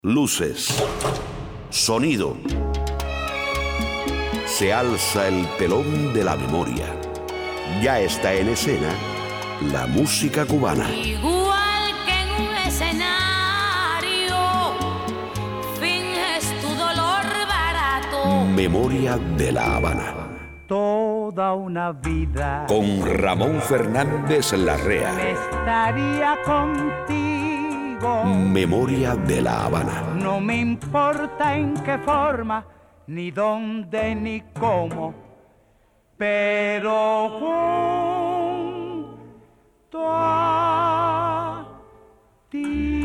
Luces, sonido. Se alza el telón de la memoria. Ya está en escena la música cubana. Igual que en un escenario, finges tu dolor barato. Memoria de La Habana. Toda una vida Con Ramón Fernández Larrea. me estaría contigo. Memoria de La Habana. No me importa en qué forma, ni dónde, ni cómo, pero junto a ti.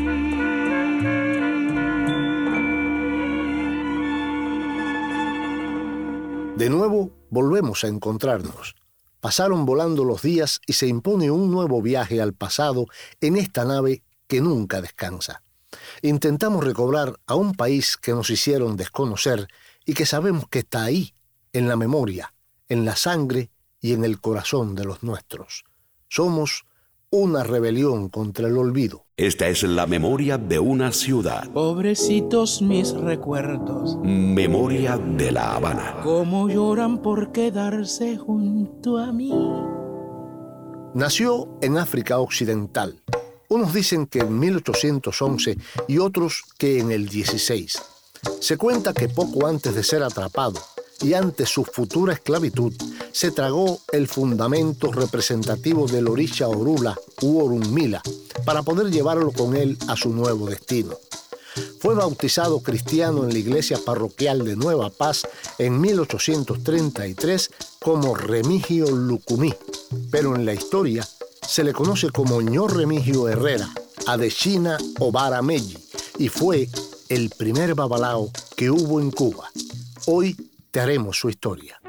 De nuevo, volvemos a encontrarnos. Pasaron volando los días y se impone un nuevo viaje al pasado en esta nave que nunca descansa. Intentamos recobrar a un país que nos hicieron desconocer y que sabemos que está ahí, en la memoria, en la sangre y en el corazón de los nuestros. Somos una rebelión contra el olvido. Esta es la memoria de una ciudad. Pobrecitos mis recuerdos, Memoria de La Habana. cómo lloran por quedarse junto a mí. Nació en África Occidental. Unos dicen que en 1811 y otros que en el 16. Se cuenta que poco antes de ser atrapado y ante su futura esclavitud, se tragó el fundamento representativo del Orisha Orula u Orunmila para poder llevarlo con él a su nuevo destino. Fue bautizado cristiano en la iglesia parroquial de Nueva Paz en 1833 como Remigio Lucumí, pero en la historia se le conoce como Ñor Remigio Herrera, Adeshina Obara Meji, y fue el primer babalao que hubo en Cuba. Hoy te haremos su historia.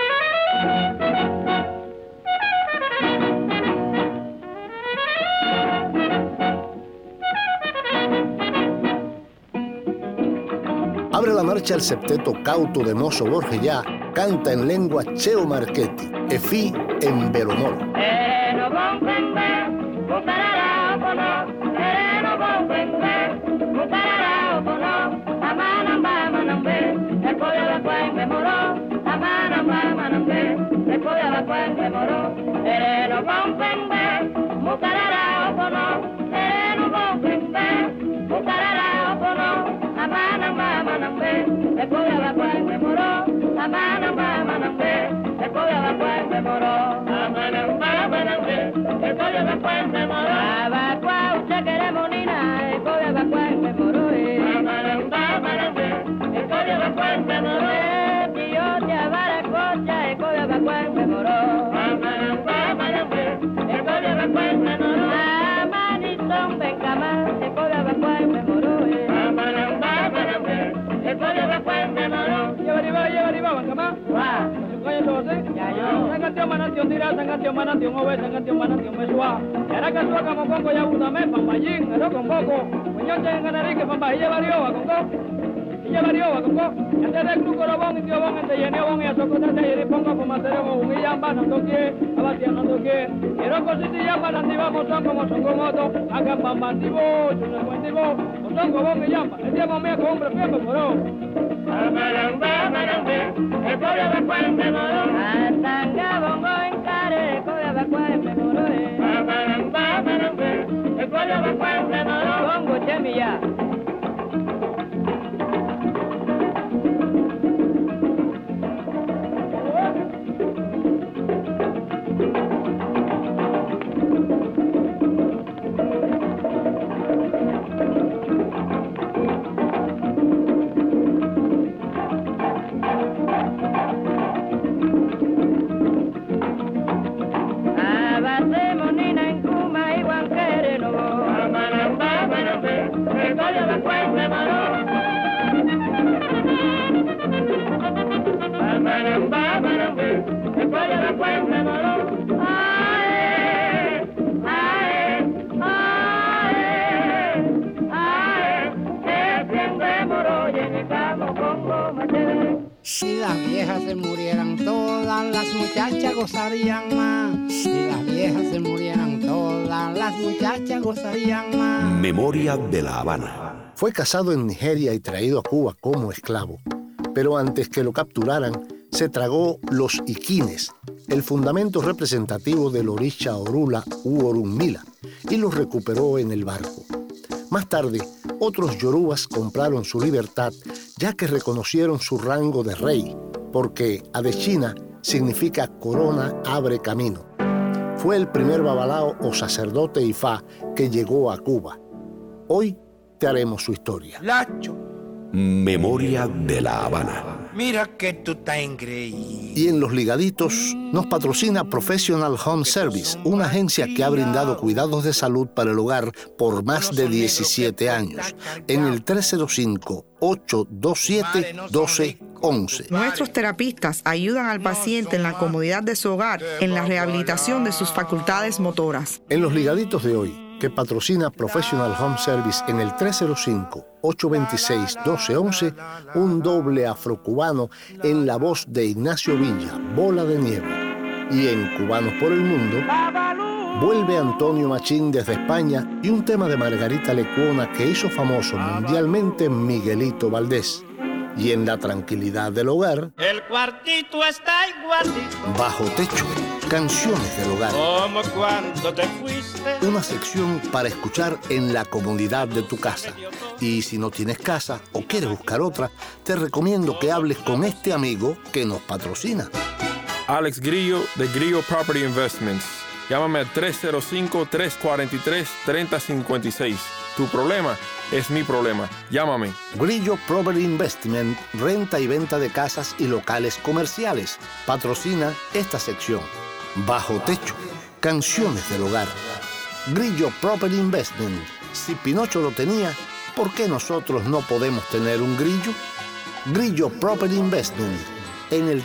Abre la marcha el septeto cauto de Mozo Borgellá, canta en lengua cheo marchetti, efí en belomoro. Si las viejas se murieran todas, las muchachas gozarían más. Si las viejas se murieran todas, las muchachas gozarían más. Memoria de La Habana. Fue cazado en Nigeria y traído a Cuba como esclavo, pero antes que lo capturaran, se tragó los iquines, el fundamento representativo del Orisha Orula u Orunmila, y los recuperó en el barco. Más tarde, otros yorubas compraron su libertad, ya que reconocieron su rango de rey, porque Adechina significa corona abre camino. Fue el primer babalao o sacerdote Ifá que llegó a Cuba. Hoy te haremos su historia. Lacho, Memoria de La Habana. mira que tú estás increíble. Y en Los Ligaditos nos patrocina Professional Home Service, una agencia que ha brindado cuidados de salud para el hogar por más de 17 años. En el 305-827-1211. Nuestros terapistas ayudan al paciente en la comodidad de su hogar, en la rehabilitación de sus facultades motoras. En Los Ligaditos de hoy, que patrocina Professional Home Service en el 305-826-1211, un doble afrocubano en la voz de Ignacio Villa, Bola de Nieve. Y en Cubanos por el Mundo, vuelve Antonio Machín desde España y un tema de Margarita Lecuona que hizo famoso mundialmente Miguelito Valdés. Y en la tranquilidad del hogar, el cuartito está igualito, Bajo Techo, canciones del hogar. como cuando te fuiste. Una sección para escuchar en la comodidad de tu casa. Y si no tienes casa o quieres buscar otra, te recomiendo que hables con este amigo que nos patrocina. Alex Grillo de Grillo Property Investments. Llámame al 305-343-3056. Tu problema es mi problema. Llámame. Grillo Property Investment, renta y venta de casas y locales comerciales. Patrocina esta sección. Bajo Techo, canciones del hogar. Grillo Property Investment. Si Pinocho lo tenía, ¿por qué nosotros no podemos tener un grillo? Grillo Property Investment, en el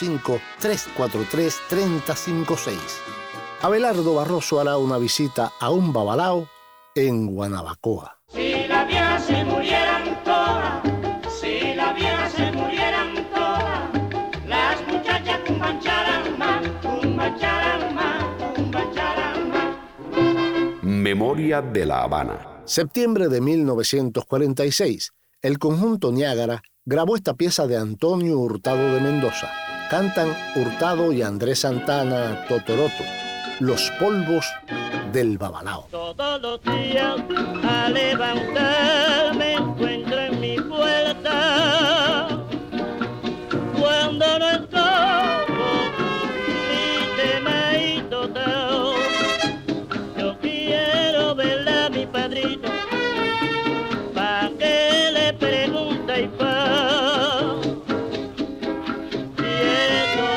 305-343-3056. Abelardo Barroso hará una visita a un babalao en Guanabacoa. Si las viejas se murieran todas, si las viejas se murieran todas, las muchachas cumbancharan más, cumbancharan más, cumbancharan más. Memoria de La Habana. Septiembre de 1946, el conjunto Niágara grabó esta pieza de Antonio Hurtado de Mendoza. Cantan Hurtado y Andrés Santana Totoroto, Los polvos del babalao. Todos los días al levantarme encuentro en mi puerta, cuando no estoy y te me he tocado, yo quiero verla a mi padrino, pa' que le pregunte y pa' si esos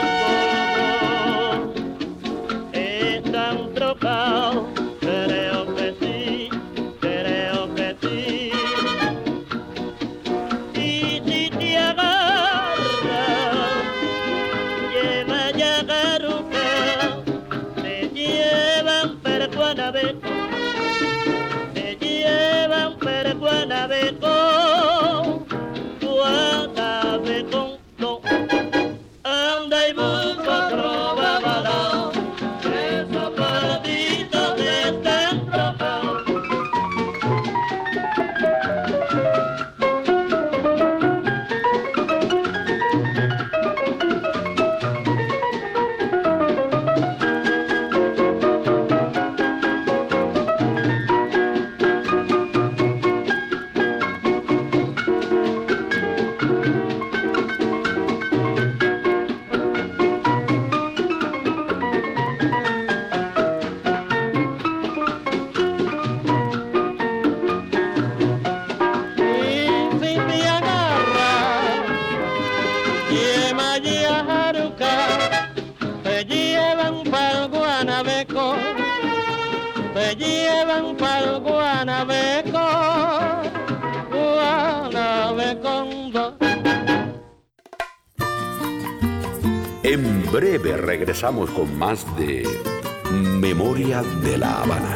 polvos están trocados. Creo que sí, creo que sí. Y si te agarras, lleva ya garruca, te llevan per Guanabeco, te llevan per Guanabeco, Guanabeco, no. Anda y busca otro babalao, esos polvitos están trocados. Y si te agarras, lleva ya jaruca, te llevan pa'l Guanabeco, te llevan pa'l Guanabeco, Guanabeco. En breve regresamos con más de Memoria de La Habana.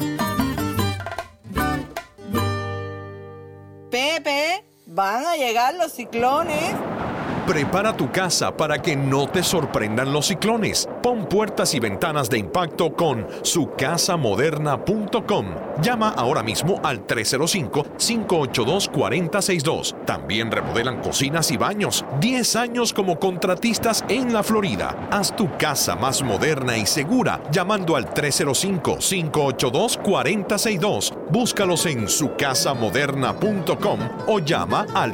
Pepe, van a llegar los ciclones. Prepara tu casa para que no te sorprendan los ciclones. Pon puertas y ventanas de impacto con sucasamoderna.com. Llama ahora mismo al 305-582-4062. También remodelan cocinas y baños. 10 años como contratistas en la Florida. Haz tu casa más moderna y segura llamando al 305-582-4062. Búscalos en sucasamoderna.com o llama al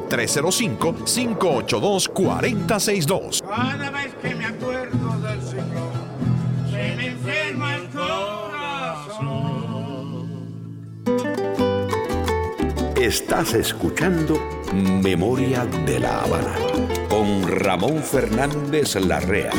305-582-4062. Cada vez que me acuerdo del ciclón, se me enferma el corazón. Estás escuchando Memoria de la Habana con Ramón Fernández Larrea.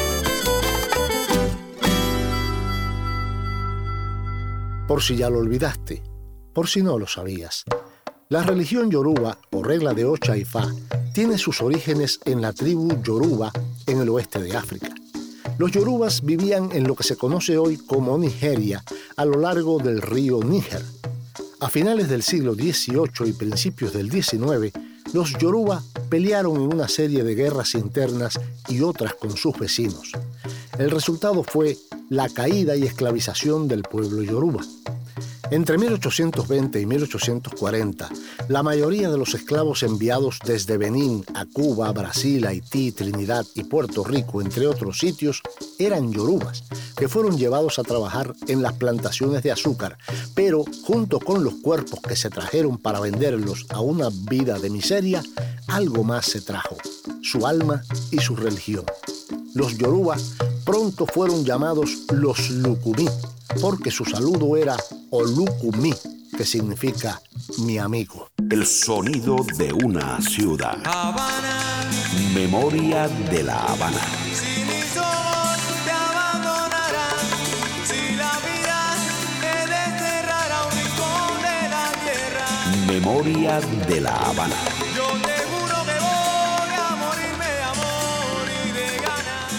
Por si ya lo olvidaste, por si no lo sabías, la religión yoruba, o regla de Ocha y Fa, tiene sus orígenes en la tribu yoruba en el oeste de África. Los yorubas vivían en lo que se conoce hoy como Nigeria, a lo largo del río Níger. A finales del siglo XVIII y principios del XIX, los yoruba pelearon en una serie de guerras internas y otras con sus vecinos. El resultado fue la caída y esclavización del pueblo yoruba. Entre 1820 y 1840, la mayoría de los esclavos enviados desde Benín a Cuba, Brasil, Haití, Trinidad y Puerto Rico, entre otros sitios, eran yorubas, que fueron llevados a trabajar en las plantaciones de azúcar, pero junto con los cuerpos que se trajeron para venderlos a una vida de miseria, algo más se trajo: su alma y su religión. Los yoruba pronto fueron llamados los Lukumi, porque su saludo era Olukumi, que significa mi amigo. El sonido de una ciudad. Habana. Memoria de la Habana. Si mis ojos te abandonarán, si la vida te desterrará a un rincón de la tierra. Memoria de la Habana. Yo te juro que voy a morirme de amor y de ganas.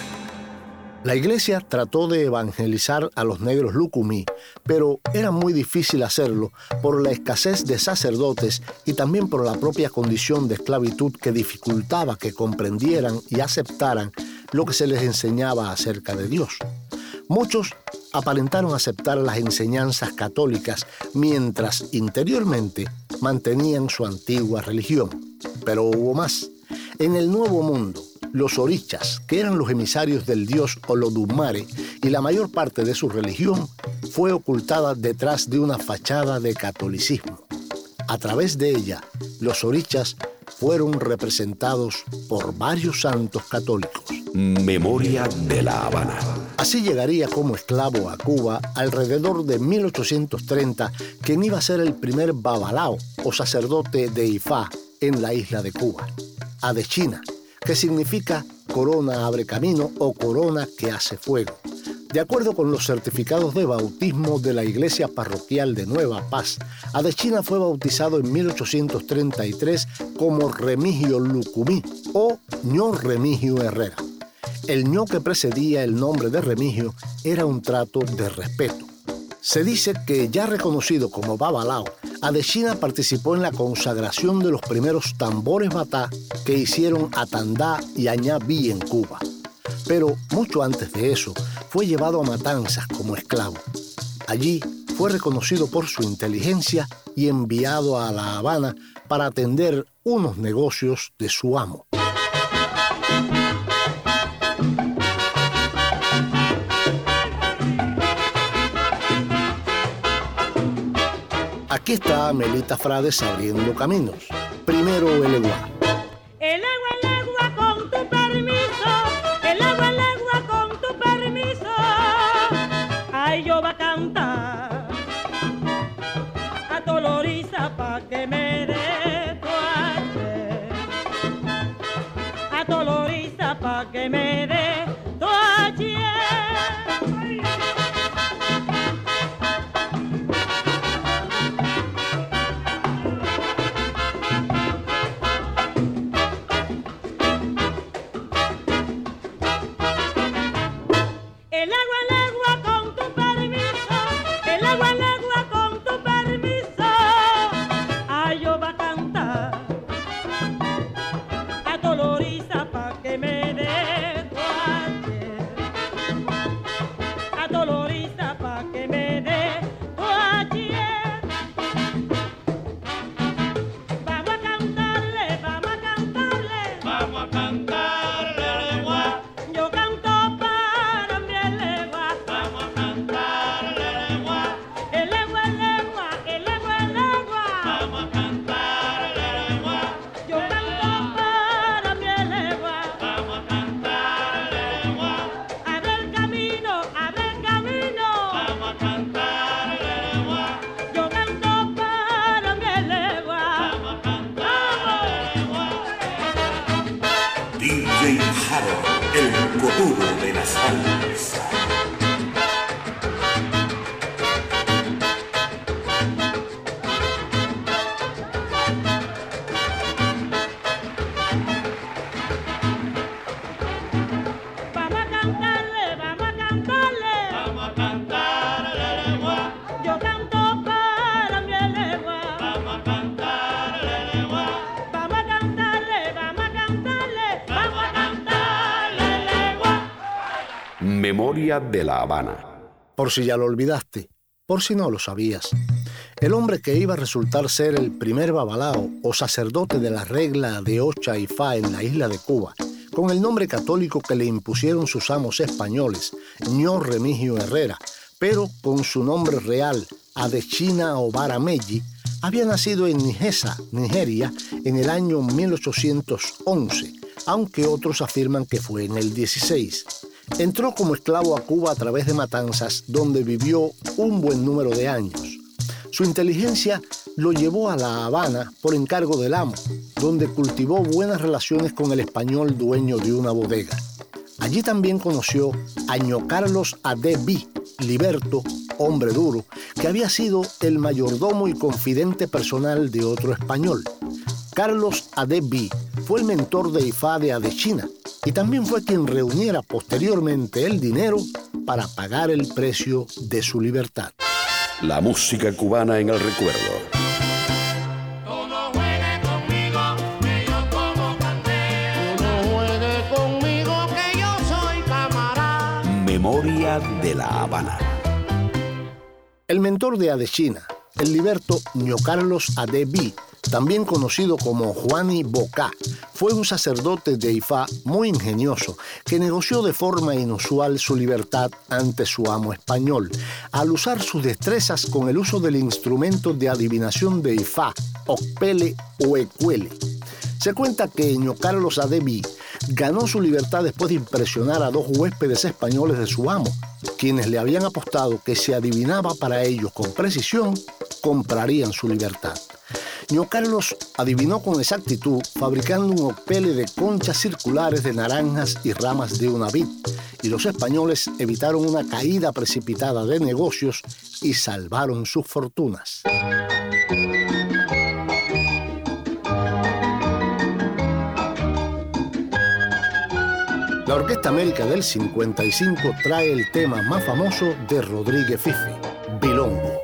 La iglesia trató de evangelizar a los negros Lukumi, pero era muy difícil hacerlo por la escasez de sacerdotes y también por la propia condición de esclavitud que dificultaba que comprendieran y aceptaran lo que se les enseñaba acerca de Dios. Muchos aparentaron aceptar las enseñanzas católicas mientras interiormente mantenían su antigua religión. Pero hubo más. En el Nuevo Mundo, los orichas, que eran los emisarios del dios Olodumare, y la mayor parte de su religión fue ocultada detrás de una fachada de catolicismo. A través de ella, los orichas fueron representados por varios santos católicos. Memoria de la Habana. Así llegaría como esclavo a Cuba alrededor de 1830, quien iba a ser el primer babalao, o sacerdote de Ifá, en la isla de Cuba, Adechina, que significa corona abre camino o corona que hace fuego. De acuerdo con los certificados de bautismo de la iglesia parroquial de Nueva Paz, Adechina fue bautizado en 1833 como Remigio Lukumi o ño Remigio Herrera. El ño que precedía el nombre de Remigio era un trato de respeto. Se dice que, ya reconocido como babalao, Adechina participó en la consagración de los primeros tambores batá que hicieron Atandá y Añabí en Cuba. Pero mucho antes de eso, fue llevado a Matanzas como esclavo. Allí fue reconocido por su inteligencia y enviado a La Habana para atender unos negocios de su amo. Aquí está Amelita Frades abriendo caminos. Primero el Eguá. El agua con tu permiso, el agua con tu permiso, ay yo va a cantar a Toloriza pa' que me dé tu ayer, a Toloriza pa' que me dé tu ayer. Pa' que me dé tu el cotudo de la salsa. Memoria de La Habana. Por si ya lo olvidaste, por si no lo sabías. El hombre que iba a resultar ser el primer babalao o sacerdote de la regla de Ocha y Fa en la isla de Cuba, con el nombre católico que le impusieron sus amos españoles, Ño Remigio Herrera, pero con su nombre real, Adechina Obarameji, había nacido en Nigesa, Nigeria, en el año 1811, aunque otros afirman que fue en el 16. Entró como esclavo a Cuba a través de matanzas, donde vivió un buen número de años. Su inteligencia lo llevó a La Habana por encargo del amo, donde cultivó buenas relaciones con el español dueño de una bodega. Allí también conoció a Ño Carlos Adebí, liberto, hombre duro, que había sido el mayordomo y confidente personal de otro español. Carlos Adebí fue el mentor de Ifá de Adechina y también fue quien reuniera posteriormente el dinero para pagar el precio de su libertad. La música cubana en el recuerdo. Memoria de La Habana. El mentor de Adechina, el liberto Ño Carlos Adebí, también conocido como Juani Bocá, fue un sacerdote de Ifá muy ingenioso que negoció de forma inusual su libertad ante su amo español, al usar sus destrezas con el uso del instrumento de adivinación de Ifá, Ocpele o Ecuele. Se cuenta que Ño Carlos Adebí ganó su libertad después de impresionar a 2 huéspedes españoles de su amo, quienes le habían apostado que si adivinaba para ellos con precisión, comprarían su libertad. Ño Carlos adivinó con exactitud fabricando un ocpele de conchas circulares de naranjas y ramas de una vid, y los españoles evitaron una caída precipitada de negocios y salvaron sus fortunas. La Orquesta América del 55 trae el tema más famoso de Rodríguez Fifi, Bilongo.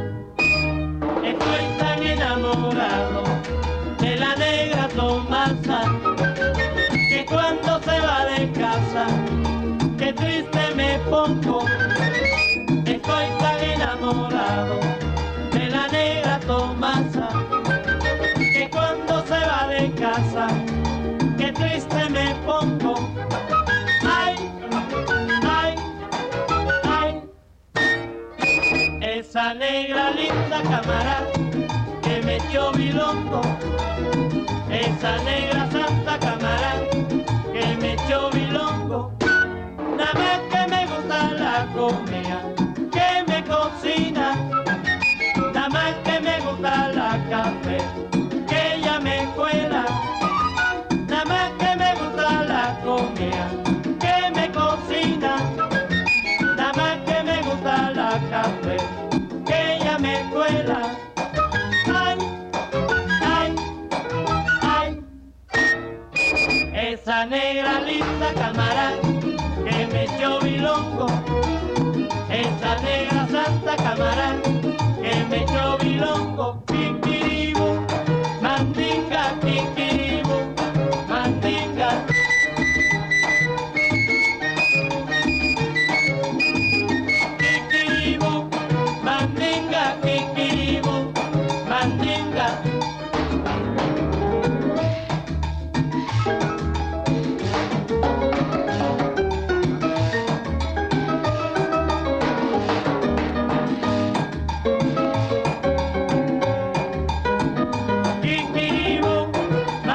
Estoy tan enamorado de la negra Tomasa, que cuando se va de casa, qué triste me pongo. Estoy tan enamorado de la negra Tomasa, que cuando se va de casa, qué triste me pongo. Esa negra linda cámara que metió bilongo, esa negra santa cámara que metió bilongo, nada más que me gusta la comida que me cocina, nada más que me gusta la café que ella me cuela, nada más que me gusta la comida que me cocina, nada más que me gusta la café que ella me cuela. Ay, ay, ay. Esa negra linda cámara que me echó bilongo, esa negra santa cámara que me echó bilongo. Kikiribu, mandinga, kikiribu, mandinga. Kikiribu, mandinga, kikiribu, mandinga. Kikiribu,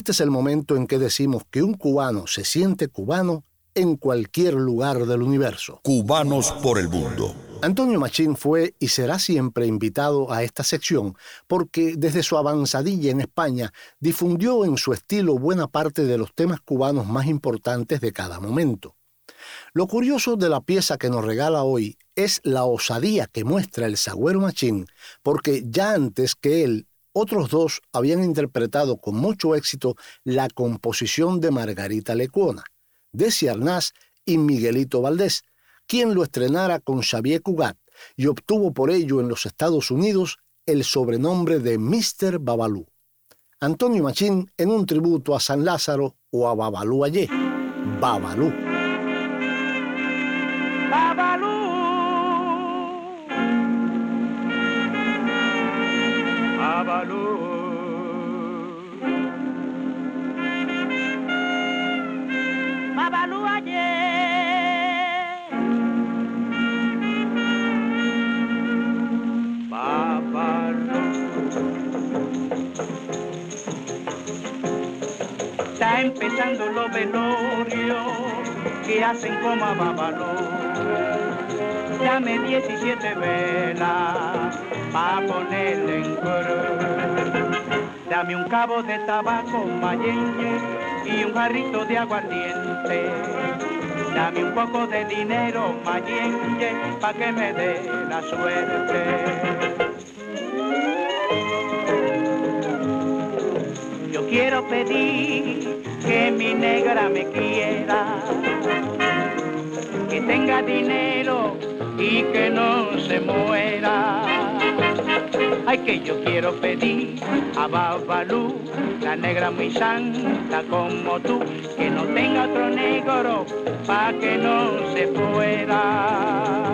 Este es el momento en que decimos que un cubano se siente cubano en cualquier lugar del universo. Cubanos por el mundo. Antonio Machín fue y será siempre invitado a esta sección porque desde su avanzadilla en España difundió en su estilo buena parte de los temas cubanos más importantes de cada momento. Lo curioso de la pieza que nos regala hoy es la osadía que muestra el Sagüero Machín, porque ya antes que él, otros dos habían interpretado con mucho éxito la composición de Margarita Lecuona, Desi Arnaz y Miguelito Valdés, quien lo estrenara con Xavier Cugat y obtuvo por ello en los Estados Unidos el sobrenombre de Mr. Babalú. Antonio Machín en un tributo a San Lázaro o a Babalú Ayé. Babalú. Babalú, Babalú, Babalú ayer, Babalú. Está empezando los velorios que hacen como a Babalú. Dame 17 velas pa' ponerle en cruz. Dame un cabo de tabaco mayenye y un jarrito de aguardiente. Dame un poco de dinero mayenye pa' que me dé la suerte. Yo quiero pedir que mi negra me quiera, que tenga dinero y que no se muera. Ay, que yo quiero pedir a Babalú, la negra muy santa como tú, que no tenga otro negro pa' que no se pueda.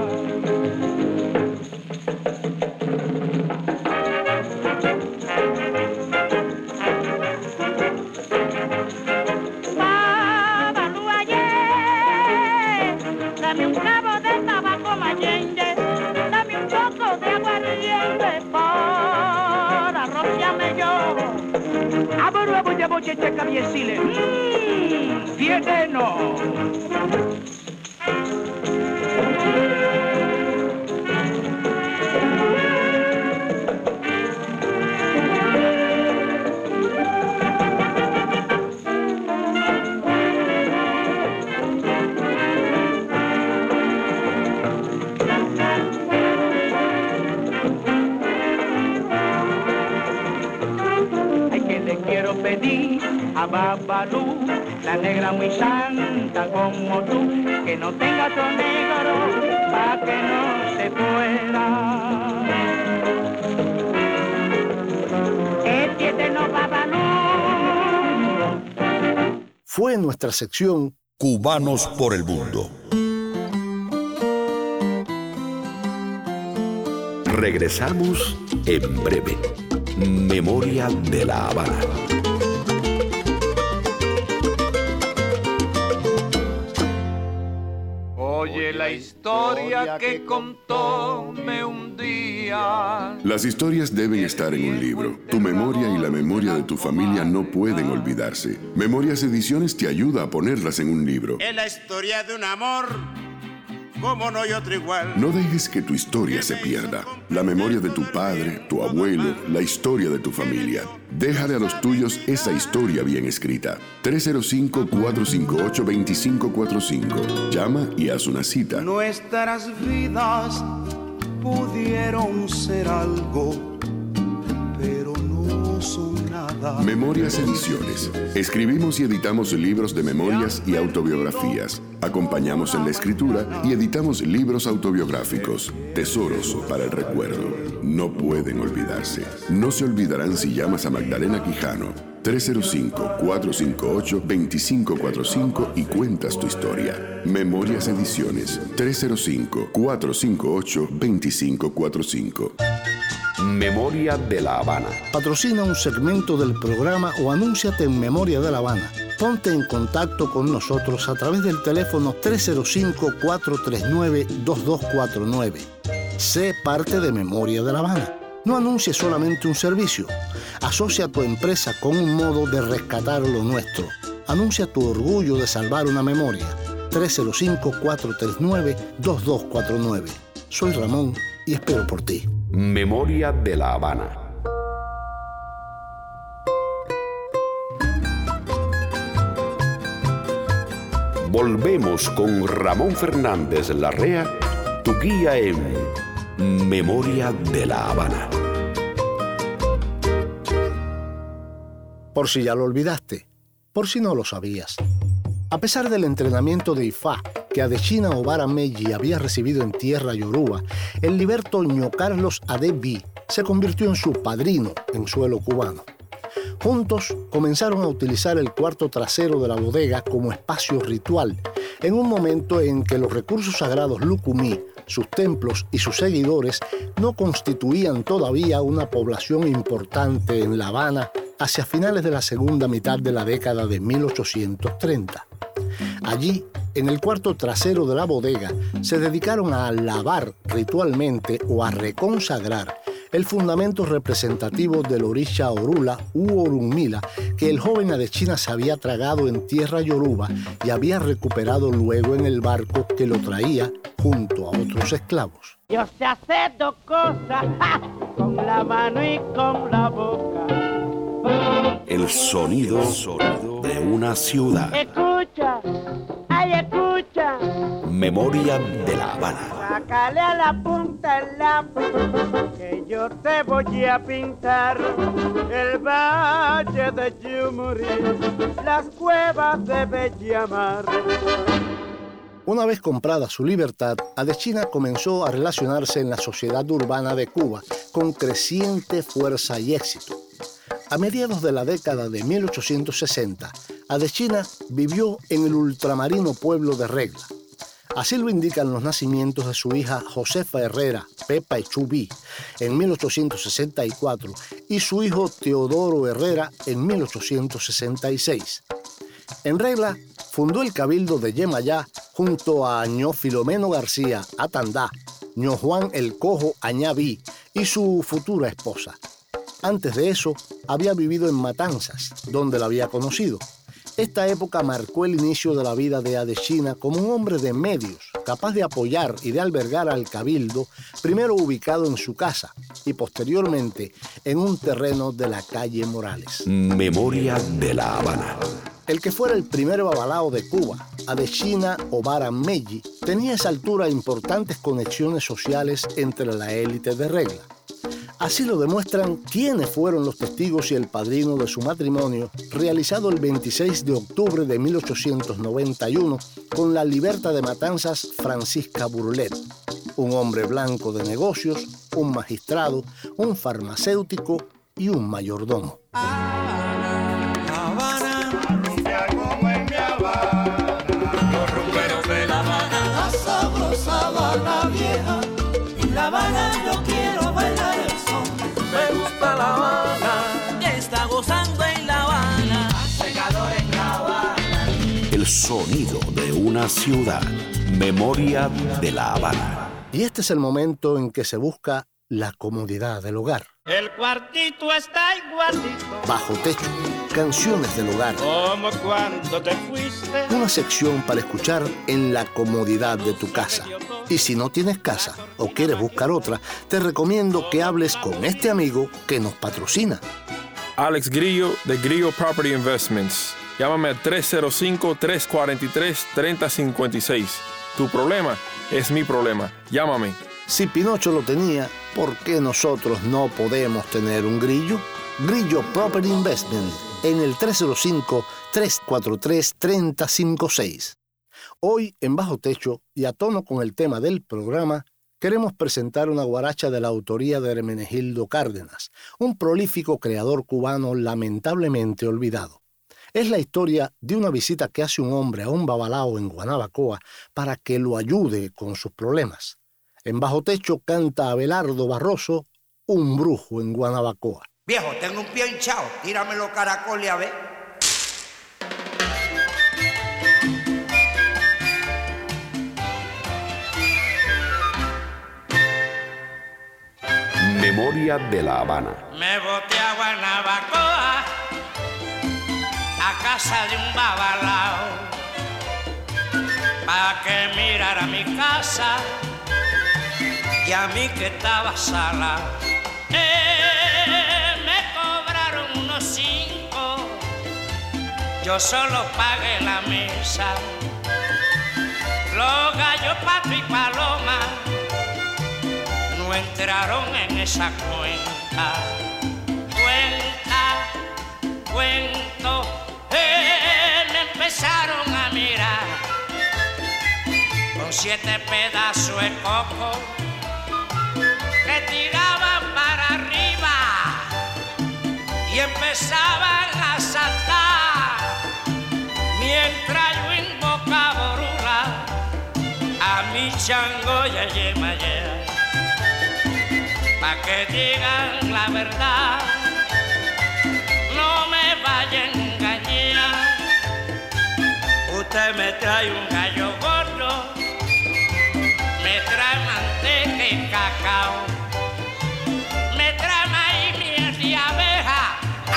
Babalú ayer, dame un cabo de tabaco mayenye, dame un poco de aguardiente para rociarme yo. Abro a boya boya checa viesile, fiedeno. Pedí a Babalú, la negra muy santa como tú, que no tenga otro negro pa' que no se pueda. Entiéndenos, Babalú. Fue en nuestra sección Cubanos por el mundo. Regresamos en breve. Memoria de La Habana. Oye la historia que contóme un día. Las historias deben estar en un libro. Tu memoria y la memoria de tu familia no pueden olvidarse. Memorias Ediciones te ayuda a ponerlas en un libro. Es la historia de un amor como no hay otro igual. No dejes que tu historia se pierda. La memoria de tu padre, tu abuelo, la historia de tu familia. Déjale a los tuyos esa historia bien escrita. 305-458-2545. Llama y haz una cita. Nuestras vidas pudieron ser algo, pero no son nada. Memorias Ediciones. Escribimos y editamos libros de memorias y autobiografías. Acompañamos en la escritura y editamos libros autobiográficos. Tesoros para el recuerdo. No pueden olvidarse. No se olvidarán si llamas a Magdalena Quijano. 305-458-2545 y cuentas tu historia. Memorias Ediciones. 305-458-2545. Memoria de La Habana. Patrocina un segmento del programa o anúnciate en Memoria de La Habana. Ponte en contacto con nosotros a través del teléfono 305-439-2249. Sé parte de Memoria de La Habana. No anuncies solamente un servicio. Asocia tu empresa con un modo de rescatar lo nuestro. Anuncia tu orgullo de salvar una memoria. 305-439-2249. Soy Ramón y espero por ti. Memoria de La Habana. Volvemos con Ramón Fernández Larrea, tu guía en Memoria de La Habana. Por si ya lo olvidaste, por si no lo sabías. A pesar del entrenamiento de Ifá que Adesina Obara Meji había recibido en tierra yoruba, el liberto Ño Carlos Adebi se convirtió en su padrino en suelo cubano. Juntos comenzaron a utilizar el cuarto trasero de la bodega como espacio ritual, en un momento en que los recursos sagrados Lucumí, sus templos y sus seguidores no constituían todavía una población importante en La Habana hacia finales de la segunda mitad de la década de 1830. Allí, en el cuarto trasero de la bodega, se dedicaron a alabar ritualmente o a reconsagrar el fundamento representativo del orisha Orula u Orunmila que el joven Adesina se había tragado en tierra yoruba y había recuperado luego en el barco que lo traía junto a otros esclavos. Yo sé hacer dos cosas, con la mano y con la boca. El sonido de una ciudad. Escucha, ay, escucha. Memoria de La Habana. Sácale a la punta el lápiz, que yo te voy a pintar el valle de Yumurí, las cuevas de Bellamar. Una vez comprada su libertad, Adesina comenzó a relacionarse en la sociedad urbana de Cuba con creciente fuerza y éxito. A mediados de la década de 1860, Adesina vivió en el ultramarino pueblo de Regla. Así lo indican los nacimientos de su hija Josefa Herrera, Pepa Echubí, en 1864, y su hijo Teodoro Herrera en 1866. En Regla, fundó el Cabildo de Yemayá junto a Ño Filomeno García Atandá, Ño Juan el Cojo Añabí y su futura esposa. Antes de eso, había vivido en Matanzas, donde la había conocido. Esta época marcó el inicio de la vida de Adesina como un hombre de medios, capaz de apoyar y de albergar al cabildo, primero ubicado en su casa y posteriormente en un terreno de la calle Morales. Memoria de La Habana. El que fuera el primer babalao de Cuba, Adesina Obara Meji, tenía a esa altura importantes conexiones sociales entre la élite de Regla. Así lo demuestran quienes fueron los testigos y el padrino de su matrimonio, realizado el 26 de octubre de 1891 con la liberta de Matanzas Francisca Burlet, un hombre blanco de negocios, un magistrado, un farmacéutico y un mayordomo. La Habana, yo quiero bailar el son. Me gusta La Habana, que está gozando en La Habana. Hace calor en La Habana. El sonido de una ciudad. Memoria de La Habana. Y este es el momento en que se busca la comodidad del hogar. El cuartito está igualito. Bajo techo, canciones del hogar. Como cuando te fuiste. Una sección para escuchar en la comodidad de tu casa. Y si no tienes casa o quieres buscar otra, te recomiendo que hables con este amigo que nos patrocina. Alex Grillo de Grillo Property Investments. Llámame al 305-343-3056. Tu problema es mi problema. Llámame. Si Pinocho lo tenía, ¿por qué nosotros no podemos tener un grillo? Grillo Property Investment en el 305-343-3056. Hoy, en Bajo Techo, y a tono con el tema del programa, queremos presentar una guaracha de la autoría de Hermenegildo Cárdenas, un prolífico creador cubano lamentablemente olvidado. Es la historia de una visita que hace un hombre a un babalao en Guanabacoa para que lo ayude con sus problemas. En Bajo Techo canta Abelardo Barroso, un brujo en Guanabacoa. Viejo, tengo un pie hinchado, tírame los caracoles a ver. Memoria Memoria de La Habana. Me boté a Guanabacoa, a casa de un babalao, pa' que mirara mi casa y a mí que estaba sala. Me cobraron unos 5, yo solo pagué la mesa. Los gallos, pato y paloma no entraron en esa cuenta. Cuento, me empezaron a mirar con 7 pedazos de coco que tiraban para arriba y empezaban a saltar mientras yo invocaba Orula a mi chango y a Yemayea, pa' que digan la verdad, no me vayan a engañar. Usted me trae un gallo gordo, me trae manteca y cacao, me trae maíz, miel y abeja,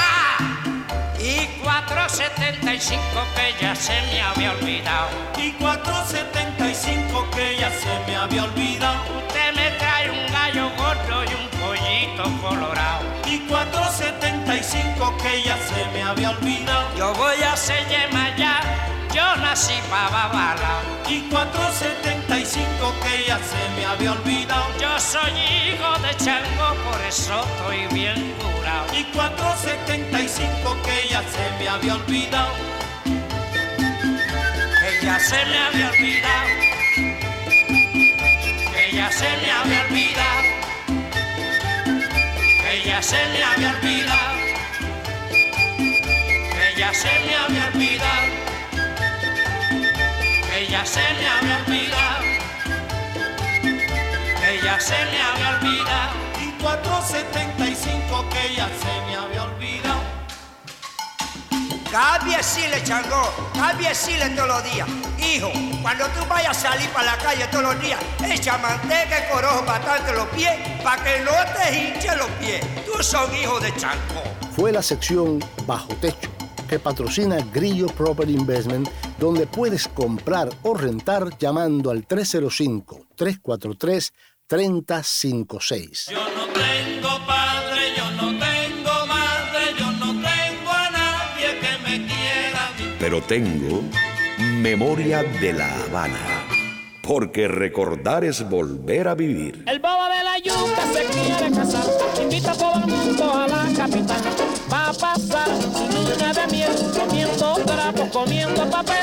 y 4.75 que ya se me había olvidado. Y 4.75 que ya se me había olvidado. Usted me trae un gallo gordo y un pollito colorado. Y 4.75 que ya se me había olvidado. Yo voy a ser Yemayá, yo nací pa' Babalao. Y 4.75 que ya se me había olvidado. Yo soy hijo de Chango, por eso estoy bien curado. Y 4.75 que ya se me había olvidado. Que ya se me había olvidado. Que ya se me había olvidado. Que ya se me había olvidado. Que ya se me había olvidado. Que ya se me había olvidado. Que ya se me había olvidado. Y 4.75 que ya se me había olvidado. Cámbiesile, Chango, cámbiesile todos los días. Hijo, cuando tú vayas a salir para la calle todos los días, echa manteca y corojo bastante los pies, para que no te hinche los pies. Tú sos hijo de Chango. Fue la sección Bajo Techo, que patrocina Grillo Property Investment, donde puedes comprar o rentar llamando al 305-343-3056. Yo no tengo padre, yo no tengo madre, yo no tengo a nadie que me quiera. Pero tengo Memoria de La Habana, porque recordar es volver a vivir. El bobo de la yuca se quiere casar, invita a todo el mundo a la capital. Va a pasar sin luna de miel, comiendo trapos, comiendo papel.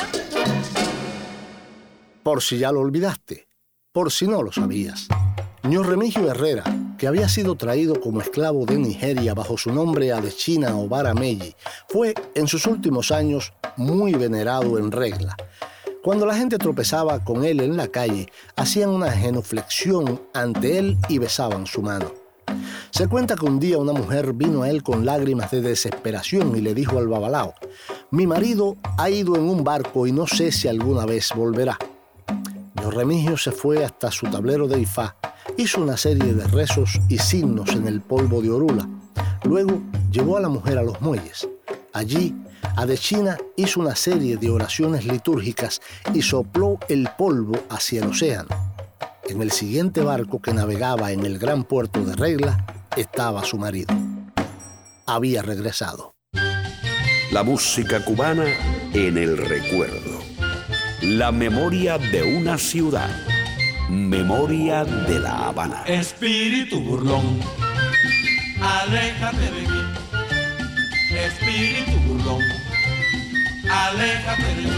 Por si ya lo olvidaste, por si no lo sabías. Ñor Remigio Herrera, que había sido traído como esclavo de Nigeria bajo su nombre Adechina Obara Meji, fue en sus últimos años muy venerado en regla. Cuando la gente tropezaba con él en la calle, hacían una genuflexión ante él y besaban su mano. Se cuenta que un día una mujer vino a él con lágrimas de desesperación y le dijo al babalao: «Mi marido ha ido en un barco y no sé si alguna vez volverá». Ñor Remigio se fue hasta su tablero de Ifá, hizo una serie de rezos y signos en el polvo de Orula. Luego llevó a la mujer a los muelles. Allí, Adechina hizo una serie de oraciones litúrgicas y sopló el polvo hacia el océano. En el siguiente barco que navegaba en el gran puerto de Regla estaba su marido. Había regresado. La música cubana en el recuerdo. La memoria de una ciudad. Memoria de La Habana. Espíritu burlón, aléjate de mí. Espíritu burlón, aléjate de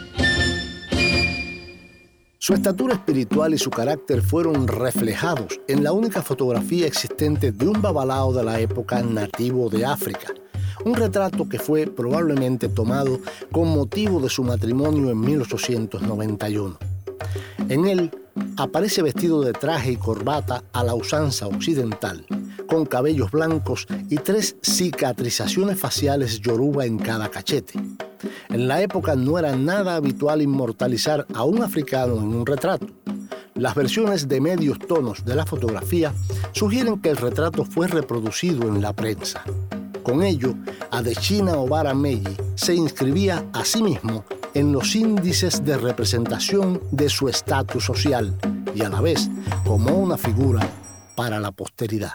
mí. Su estatura espiritual y su carácter fueron reflejados en la única fotografía existente de un babalao de la época nativo de África. Un retrato que fue probablemente tomado con motivo de su matrimonio en 1891. En él aparece vestido de traje y corbata a la usanza occidental, con cabellos blancos y 3 cicatrizaciones faciales yoruba en cada cachete. En la época no era nada habitual inmortalizar a un africano en un retrato. Las versiones de medios tonos de la fotografía sugieren que el retrato fue reproducido en la prensa. Con ello, Adesina Obara Meji se inscribía a sí mismo en los índices de representación de su estatus social y a la vez como una figura para la posteridad.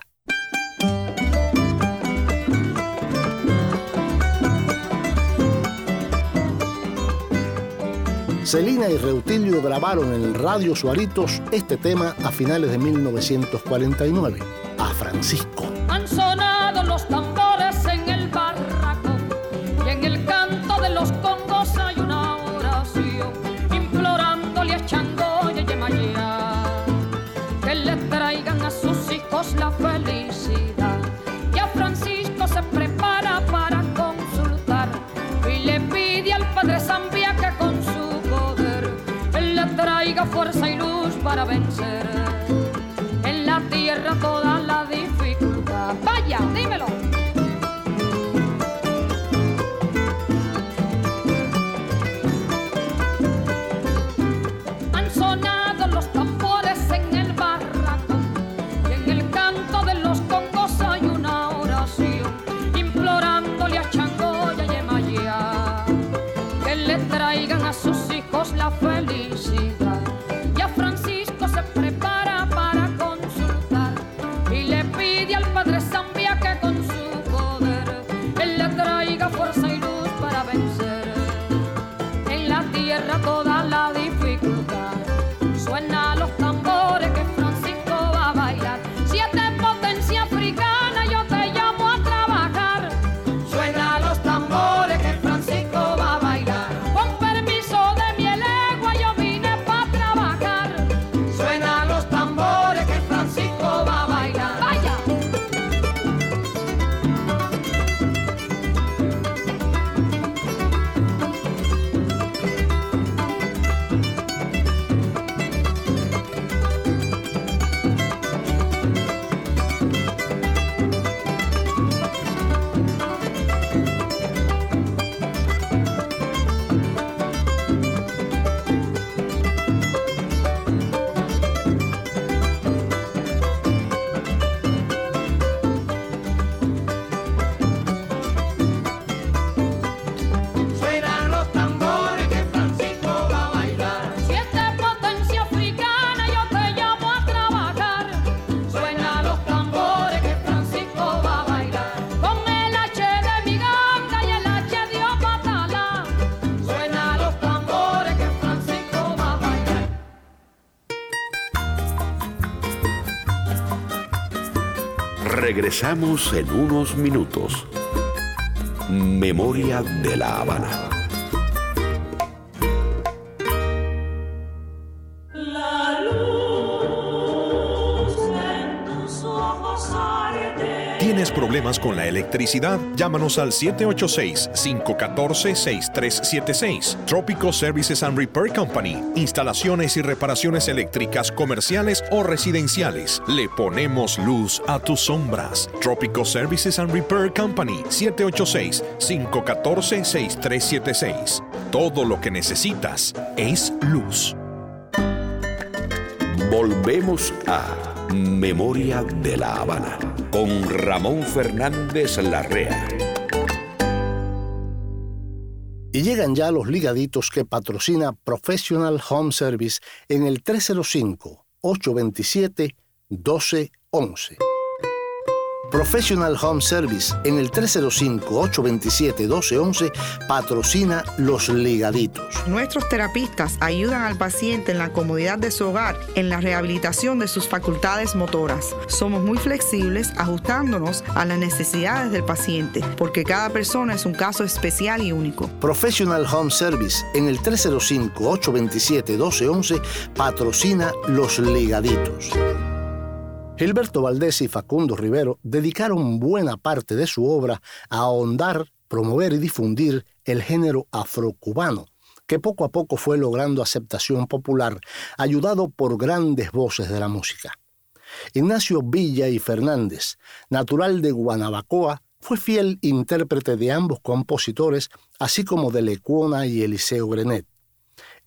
Celina y Reutilio grabaron en Radio Suaritos este tema a finales de 1949, a Francisco. Han sonado los tambores en el barraco y en el canto de los congos hay una oración implorándole a Chango y a Yemayá que le traigan a sus hijos la felicidad. Y a Francisco se prepara para consultar y le pide al Padre Zambia que con su traiga fuerza y luz para vencer en la tierra toda la dificultad. Vaya, dímelo. Han sonado los tambores en el barraco y en el canto de los congos hay una oración implorándole a Chango y a Yemayá que le traigan a sus hijos la felicidad. Toda la dificultad, suena los tambores que Francisco va a bailar. Si es de potencia africana, yo te llamo a trabajar. Suena los tambores que Francisco va a bailar. Con permiso de mi legua, yo vine para trabajar. Suena los tambores que Francisco va a bailar. Vaya. Regresamos en unos minutos. Memoria de La Habana. ¿Tienes problemas con la electricidad? Llámanos al 786-514-6376. Tropical Services and Repair Company. Instalaciones y reparaciones eléctricas comerciales o residenciales. Le ponemos luz a tus sombras. Tropical Services and Repair Company. 786-514-6376. Todo lo que necesitas es luz. Volvemos a Memoria de La Habana con Ramón Fernández Larrea. Y llegan ya los ligaditos que patrocina Professional Home Service en el 305-827-1211. Professional Home Service en el 305-827-1211 patrocina los ligaditos. Nuestros terapistas ayudan al paciente en la comodidad de su hogar, en la rehabilitación de sus facultades motoras. Somos muy flexibles, ajustándonos a las necesidades del paciente, porque cada persona es un caso especial y único. Professional Home Service en el 305-827-1211 patrocina los ligaditos. Gilberto Valdés y Facundo Rivero dedicaron buena parte de su obra a ahondar, promover y difundir el género afrocubano, que poco a poco fue logrando aceptación popular, ayudado por grandes voces de la música. Ignacio Villa y Fernández, natural de Guanabacoa, fue fiel intérprete de ambos compositores, así como de Lecuona y Eliseo Grenet.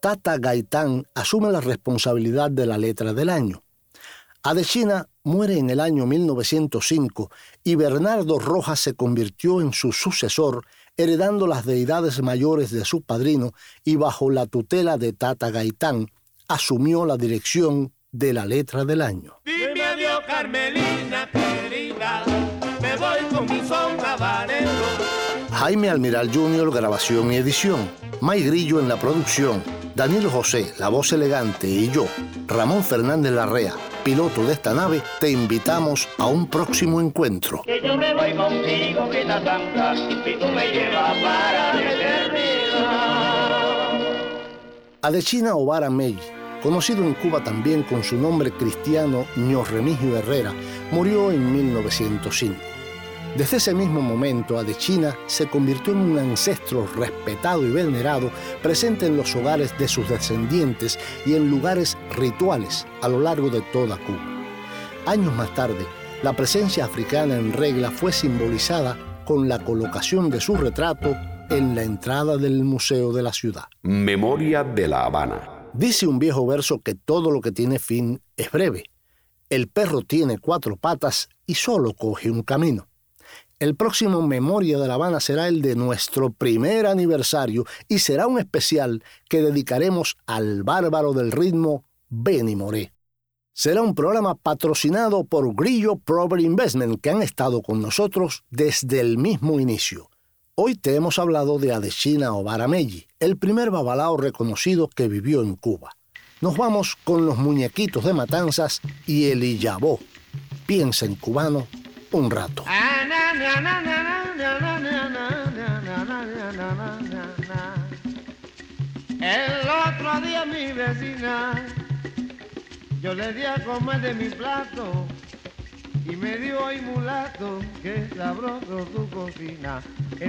Tata Gaitán asume la responsabilidad de la letra del año. Adechina muere en el año 1905 y Bernardo Rojas se convirtió en su sucesor, heredando las deidades mayores de su padrino y bajo la tutela de Tata Gaitán asumió la dirección de la letra del año. Dime adiós, Carmelina querida, me voy con mi son habanero. Jaime Almiral Jr., grabación y edición. May Grillo en la producción. Danilo José, la voz elegante, y yo, Ramón Fernández Larrea, piloto de esta nave, te invitamos a un próximo encuentro. Que yo me voy contigo, Grita Santa, y tú me llevas para la eternidad. Adechina Ovara Meji, conocido en Cuba también con su nombre cristiano Ñor Remigio Herrera, murió en 1905. Desde ese mismo momento, Adechina se convirtió en un ancestro respetado y venerado, presente en los hogares de sus descendientes y en lugares rituales a lo largo de toda Cuba. Años más tarde, la presencia africana en regla fue simbolizada con la colocación de su retrato en la entrada del Museo de la Ciudad. Memoria de La Habana. Dice un viejo verso que todo lo que tiene fin es breve. El perro tiene 4 patas y solo coge un camino. El próximo Memoria de La Habana será el de nuestro primer aniversario y será un especial que dedicaremos al bárbaro del ritmo Benny Moré. Será un programa patrocinado por Grillo Property Investment, que han estado con nosotros desde el mismo inicio. Hoy te hemos hablado de Adechina Ovara Meji, el primer babalao reconocido que vivió en Cuba. Nos vamos con los muñequitos de Matanzas y el Iyabó. Piensa en cubano un rato. El otro día mi vecina, yo le di a comer de mi plato y me dio hoy mulato, que sabroso tu cocina.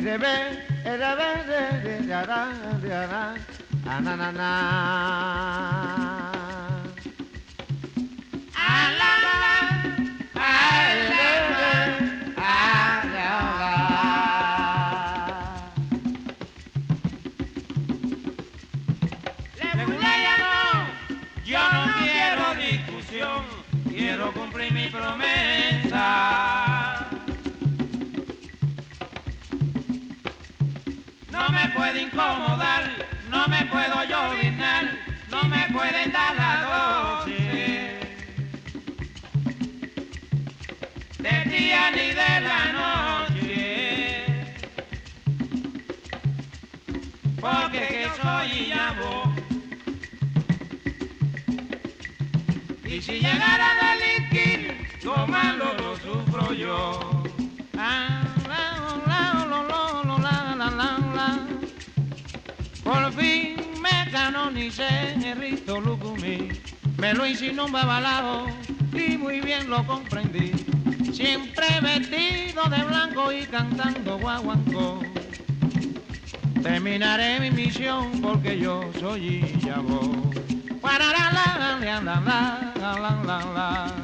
Yo no quiero discusión, quiero cumplir mi promesa. No me puede incomodar, no me puedo llovinar, no me pueden dar la dosis de día ni de la noche, porque que soy Iyabó. Y si llegara a delinquir, lo malo lo sufro yo. Por fin me canonicé en el rito Lucumí. Me lo insinuó un babalao y muy bien lo comprendí. Siempre vestido de blanco y cantando guaguancó. Terminaré mi misión porque yo soy Iyabó. La la la la la la la la la.